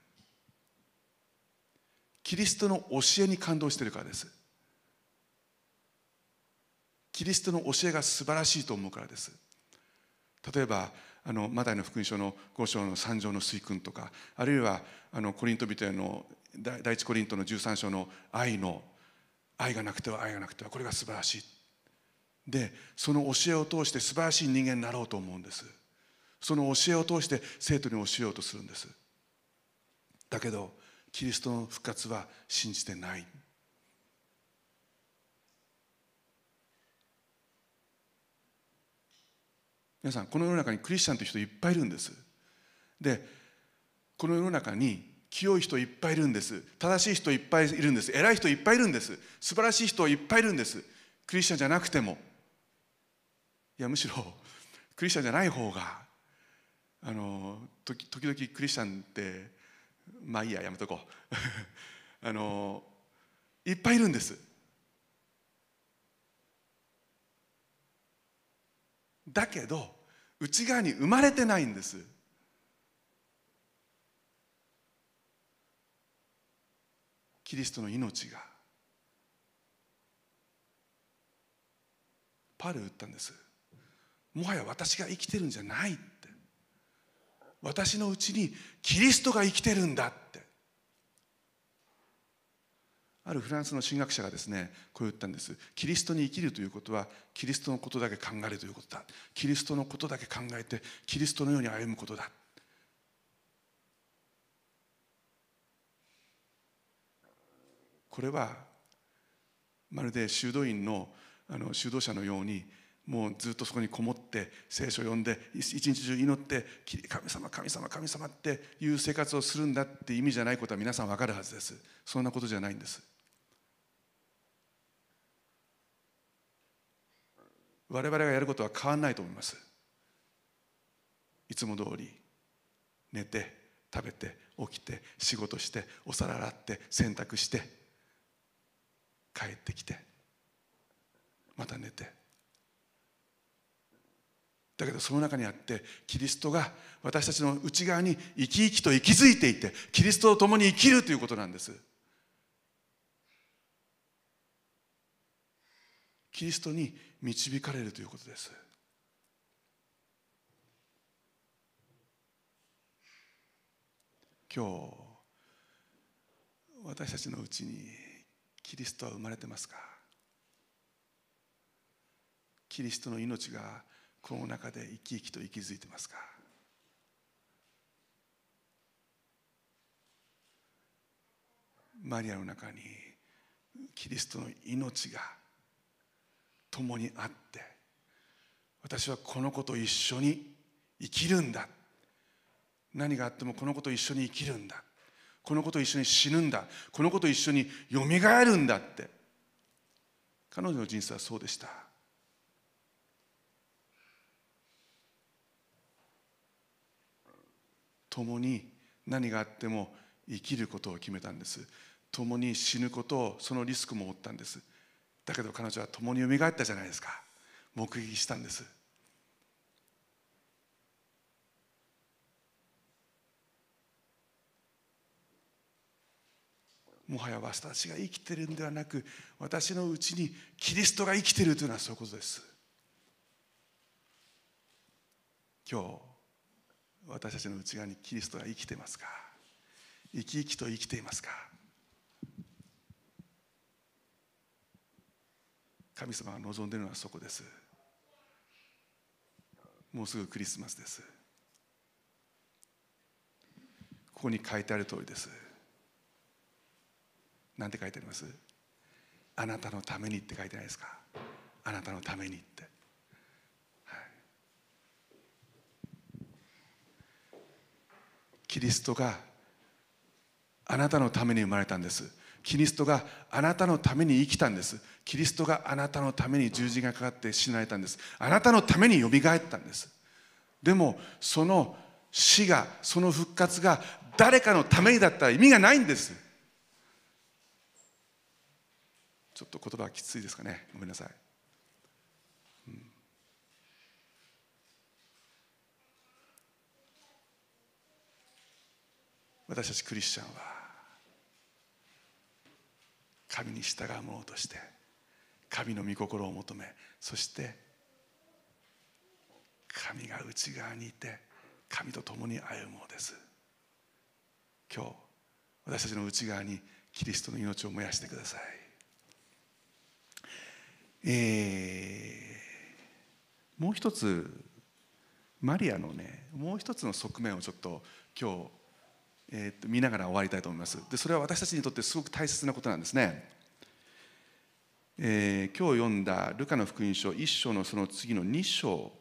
キリストの教えに感動しているからです。キリストの教えが素晴らしいと思うからです。例えばマタイの福音書の5章の3条の水訓とか、あるいはコリント人への第一コリントの13章の愛がなくては愛がなくては、これが素晴らしい。で、その教えを通して素晴らしい人間になろうと思うんです。その教えを通して生徒に教えようとするんです。だけどキリストの復活は信じてない。皆さん、この世の中にクリスチャンという人いっぱいいるんです。で、この世の中に清い人いっぱいいるんです。正しい人いっぱいいるんです。偉い人いっぱいいるんです。素晴らしい人いっぱいいるんです。クリスチャンじゃなくても。いや、むしろクリスチャンじゃない方が時々クリスチャンってまあいいや、やめとこういっぱいいるんです。だけど内側に生まれてないんです。キリストの命が。パウロ言ったんです。もはや私が生きてるんじゃないって、私のうちにキリストが生きてるんだって。あるフランスの神学者がですね、こう言ったんです。キリストに生きるということはキリストのことだけ考えるということだ。キリストのことだけ考えてキリストのように歩むことだ。これはまるで修道院の修道者のように、もうずっとそこにこもって聖書を読んで一日中祈って神様神様神様っていう生活をするんだって意味じゃないことは皆さん分かるはずです。そんなことじゃないんです。我々がやることは変わらないと思います。いつも通り寝て食べて起きて仕事してお皿洗って洗濯して帰ってきてまた寝て。だけどその中にあってキリストが私たちの内側に生き生きと息づいていて、キリストと共に生きるということなんです。キリストに導かれるということです。今日私たちのうちにキリストは生まれてますか？ キリストの命がこの中で生き生きと息づいてますか？マリアの中にキリストの命が共にあって、私はこの子と一緒に生きるんだ、何があってもこの子と一緒に生きるんだ、この子と一緒に死ぬんだ、この子と一緒によみがえるんだって。彼女の人生はそうでした。共に何があっても生きることを決めたんです。共に死ぬことを、そのリスクも負ったんです。だけど彼女は共によみがえったじゃないですか。目撃したんです。もはや私たちが生きているんではなく、私のうちにキリストが生きているというのはそういうことです。今日私たちの内側にキリストが生きていますか？生き生きと生きていますか？神様が望んでいるのはそこです。もうすぐクリスマスです。ここに書いてある通りです。なんて書いてあります？あなたのためにって書いてないですか？あなたのためにって、はい、キリストがあなたのために生まれたんです。キリストがあなたのために生きたんです。キリストがあなたのために十字架がかかって死なれたんです。あなたのためによみがえったんです。でもその死が、その復活が誰かのためにだったら意味がないんです。ちょっと言葉はきついですかね、ごめんなさい、私たちクリスチャンは神に従う者として神の御心を求め、そして神が内側にいて神と共に歩むものです。今日私たちの内側にキリストの命を燃やしてください。もう一つマリアのね、もう一つの側面をちょっと今日、見ながら終わりたいと思います。でそれは私たちにとってすごく大切なことなんですね。今日読んだルカの福音書1章のその次の2章、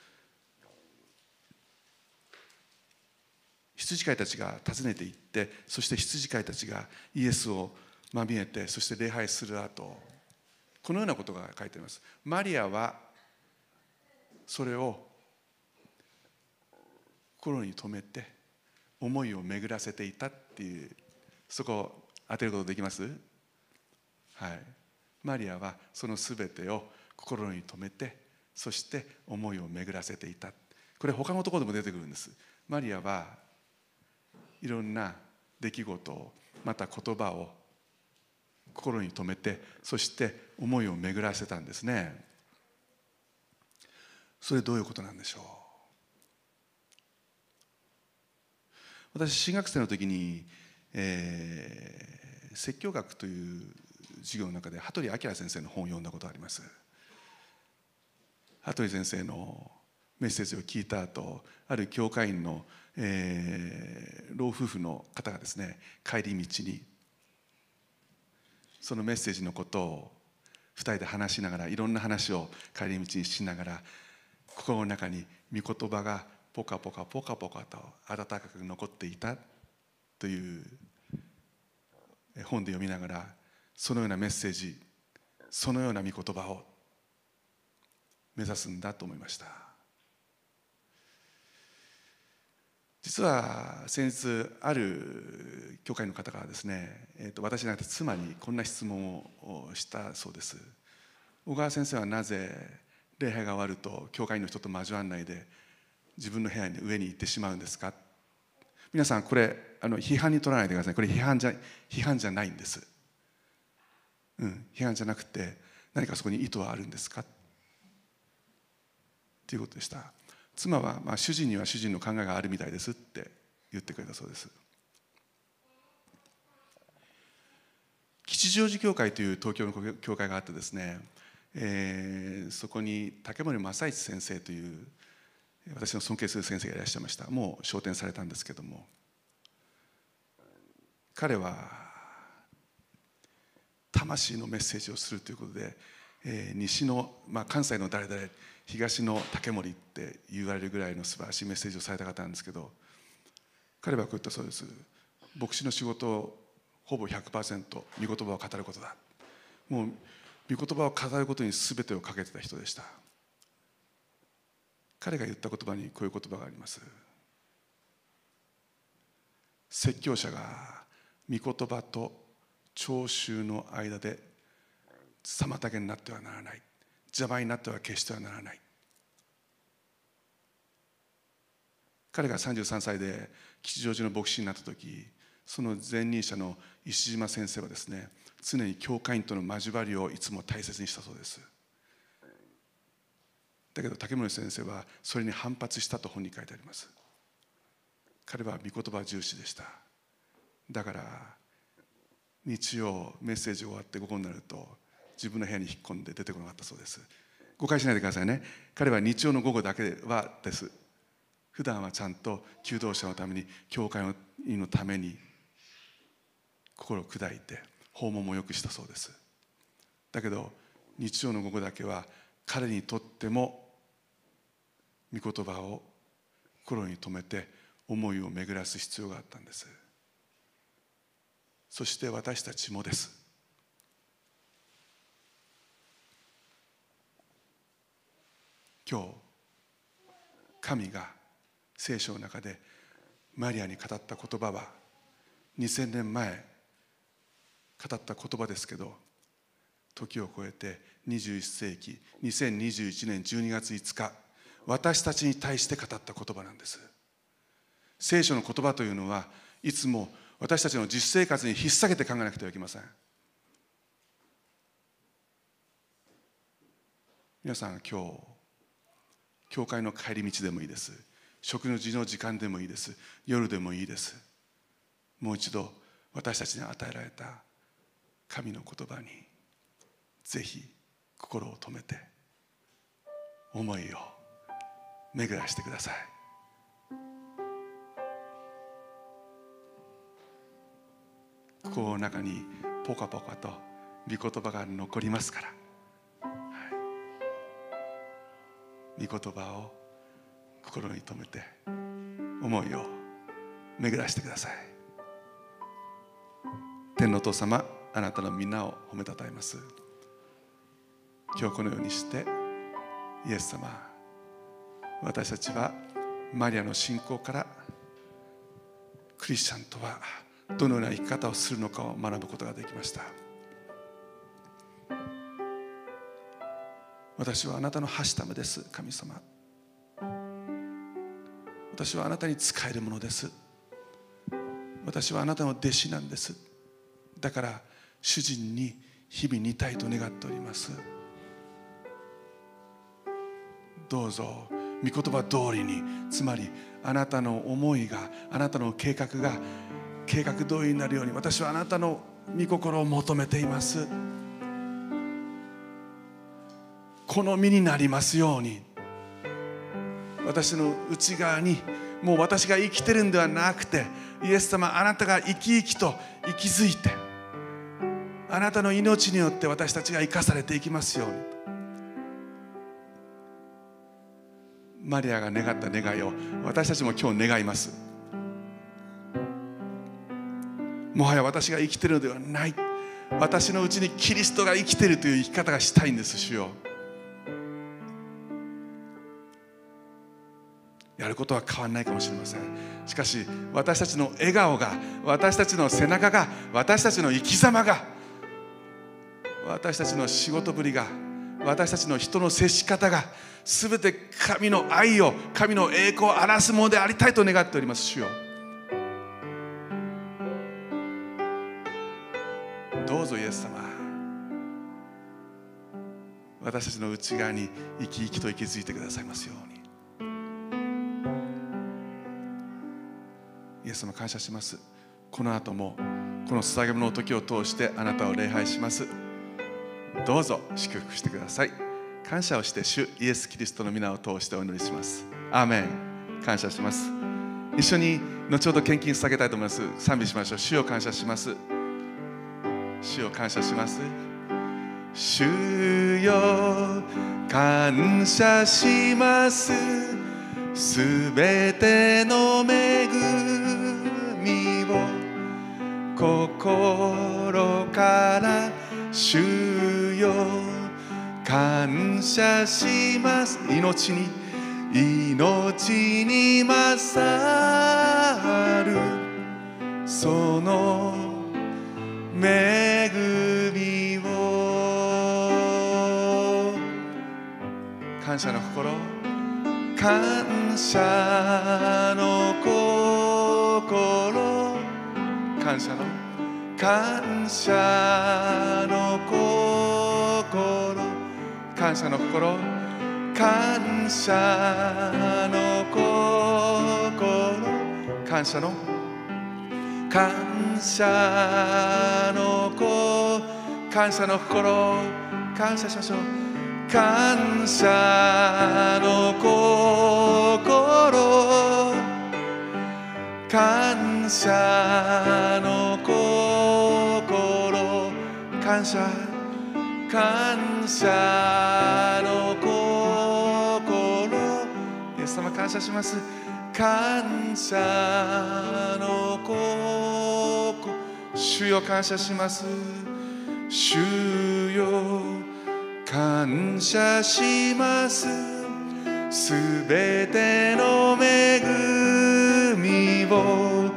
羊飼いたちが訪ねていって、そして羊飼いたちがイエスをまみえて、そして礼拝する後、このようなことが書いてあります。マリアはそれを心に留めて思いを巡らせていたっていう、そこを当てることできます？はい。マリアはそのすべてを心に留めて、そして思いを巡らせていた。これ他のところでも出てくるんです。マリアはいろんな出来事を、また言葉を心に留めて、そして思いを巡らせたんですね。それどういうことなんでしょう。私新学生の時に、説教学という授業の中で羽鳥明先生の本を読んだことがあります。羽鳥先生のメッセージを聞いた後、ある教会員の、老夫婦の方がですね、帰り道にそのメッセージのことを2人で話しながら、いろんな話を帰り道にしながら、心の中に御言葉がポカポカポカポカと温かく残っていたという本で読みながら、そのようなメッセージ、そのような御言葉を目指すんだと思いました。実は先日ある教会の方がですね、私じゃなくて妻にこんな質問をしたそうです。小川先生はなぜ礼拝が終わると教会の人と交わらないで自分の部屋に上に行ってしまうんですか。皆さんこれ批判に取らないでください。これ批判じゃないんです。批判じゃなくて、何かそこに意図はあるんですかということでした。妻は、主人には主人の考えがあるみたいですって言ってくれたそうです。吉祥寺教会という東京の教会があってですね、 そこに竹森正一先生という私の尊敬する先生がいらっしゃいました。もう昇天されたんですけども、彼は魂のメッセージをするということで、西の、関西の誰々、東の竹森って言われるぐらいの素晴らしいメッセージをされた方なんですけど、彼はこう言ったそうです。牧師の仕事をほぼ 100% 御言葉を語ることだ。もう御言葉を語ることに全てをかけてた人でした。彼が言った言葉にこういう言葉があります。説教者が御言葉と聴衆の間で妨げになってはならない、邪魔になっては決してはならない。彼が33歳で吉祥寺の牧師になった時、その前任者の石島先生はですね、常に教会員との交わりをいつも大切にしたそうです。だけど竹森先生はそれに反発したと本に書いてあります。彼は御言葉重視でした。だから日曜メッセージ終わって午後になると自分の部屋に引っ込んで出てこなかったそうです。誤解しないでくださいね。彼は日曜の午後だけはです。普段はちゃんと求道者のために、教会のために心を砕いて訪問もよくしたそうです。だけど日曜の午後だけは彼にとっても御言葉を心に留めて思いを巡らす必要があったんです。そして私たちもです。今日神が聖書の中でマリアに語った言葉は2000年前語った言葉ですけど、時を超えて21世紀2021年12月5日、私たちに対して語った言葉なんです。聖書の言葉というのはいつも私たちの実生活に引っ提げて考えなくてはいけません。皆さん、今日教会の帰り道でもいいです。食事の時間でもいいです。夜でもいいです。もう一度私たちに与えられた神の言葉にぜひ心を止めて思いを巡らしてください。心の中にポカポカと御言葉が残りますから、御言葉を心に留めて思いを巡らしてください。天のお父様、あなたの皆を褒めたたえます。今日このようにしてイエス様、私たちはマリアの信仰からクリスチャンとはどのような生き方をするのかを学ぶことができました。私はあなたのはしためです。神様、私はあなたに仕えるものです。私はあなたの弟子なんです。だから主人に日々似たいと願っております。どうぞ御言葉通りに、つまりあなたの思いが、あなたの計画が計画通りになるように、私はあなたの御心を求めています。好みになりますように、私の内側にもう私が生きてるんではなくて、イエス様、あなたが生き生きと息づいて、あなたの命によって私たちが生かされていきますように。マリアが願った願いを私たちも今日願います。もはや私が生きているのではない、私のうちにキリストが生きているという生き方がしたいんです。主よ、やることは変わらないかもしれません。しかし私たちの笑顔が、私たちの背中が、私たちの生き様が、私たちの仕事ぶりが、私たちの人の接し方が、すべて神の愛を、神の栄光を表すものでありたいと願っております。主よ、どうぞイエス様、私たちの内側に生き生きと息づいてくださいますように。イエス様、感謝します。この後もこの捧げ物の時を通してあなたを礼拝します。 どうぞ祝福してください。感謝をして主イエス・キリストの皆を通してお祈りします。アーメン。感謝します。一緒に後ほど献金捧げたいと思います。賛美しましょう。主を感謝します。主を感謝します。主よ感謝します。すべての恵みを心から主よ感謝します。命に勝るその恵みを感謝の心、感謝の心、感謝の心、感謝の心、感謝の心、感謝の心、感謝しましょう。感謝の心、感謝の心、感謝の心、イエス様感謝します。感謝の心、主よ感謝します。主よ感謝します。すべての恵みを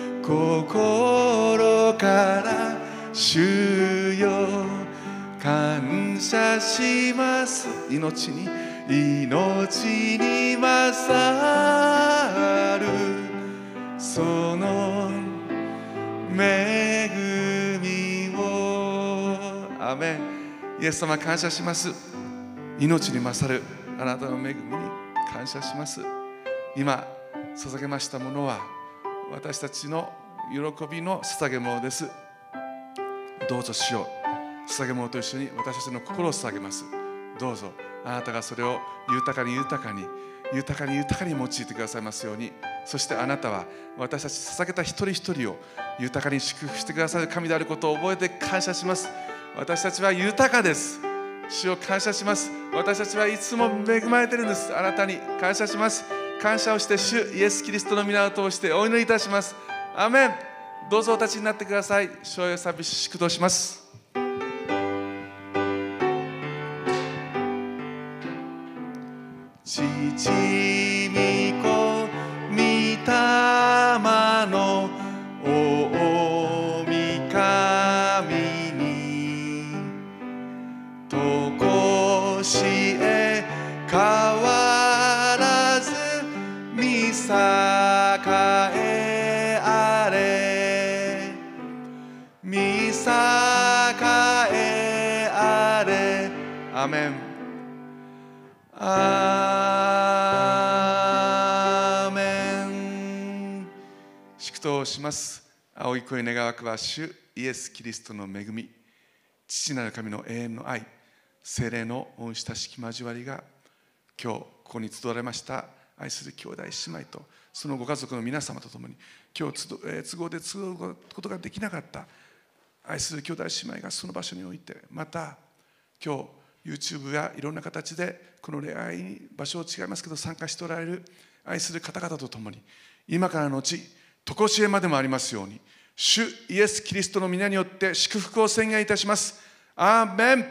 心から主よ感謝します。命に勝るその恵みを。アーメン。イエス様感謝します。命に勝るあなたの恵みに感謝します。今捧げましたものは私たちの喜びの捧げ物です。どうぞ主よ捧げ物と一緒に私たちの心を捧げます。どうぞあなたがそれを豊かに用いてくださいますように。そしてあなたは私たち捧げた一人一人を豊かに祝福してくださる神であることを覚えて感謝します。私たちは豊かです。主を感謝します。私たちはいつも恵まれているんです。あなたに感謝します。感謝をして主イエス・キリストの皆を通してお祈りいたします。アーメン。どうぞお立ちになってください。主を賛美し祝祷します。父御子御霊の大神にとこしえ変わらず御栄あれ御栄あれ。アーメン。アーメン。祝祷します。青い声願わくは主イエス・キリストの恵み、父なる神の永遠の愛、聖霊の御親しき交わりが今日ここに集われました愛する兄弟姉妹とそのご家族の皆様と共に、今日都合で集うことができなかった愛する兄弟姉妹がその場所において、また今日YouTube やいろんな形でこの礼拝に場所を違いますけど参加しておられる愛する方々と共に、今からのち常しえまでもありますように、主イエス・キリストの皆によって祝福を宣言いたします。アーメン。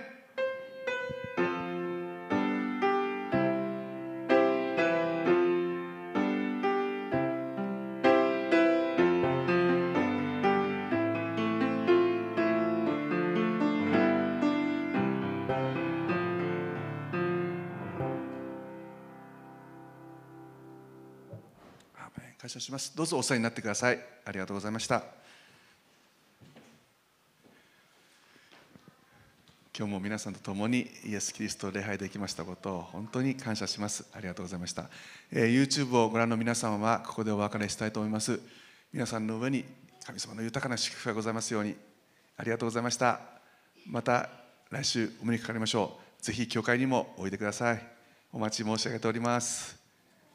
感謝します。どうぞお世話になってください。ありがとうございました。今日も皆さんと共にイエス・キリストを礼拝できましたことを本当に感謝します。ありがとうございました。YouTube をご覧の皆様はここでお別れしたいと思います。皆さんの上に神様の豊かな祝福がございますように。ありがとうございました。また来週お目にかかりましょう。ぜひ教会にもおいでください。お待ち申し上げております。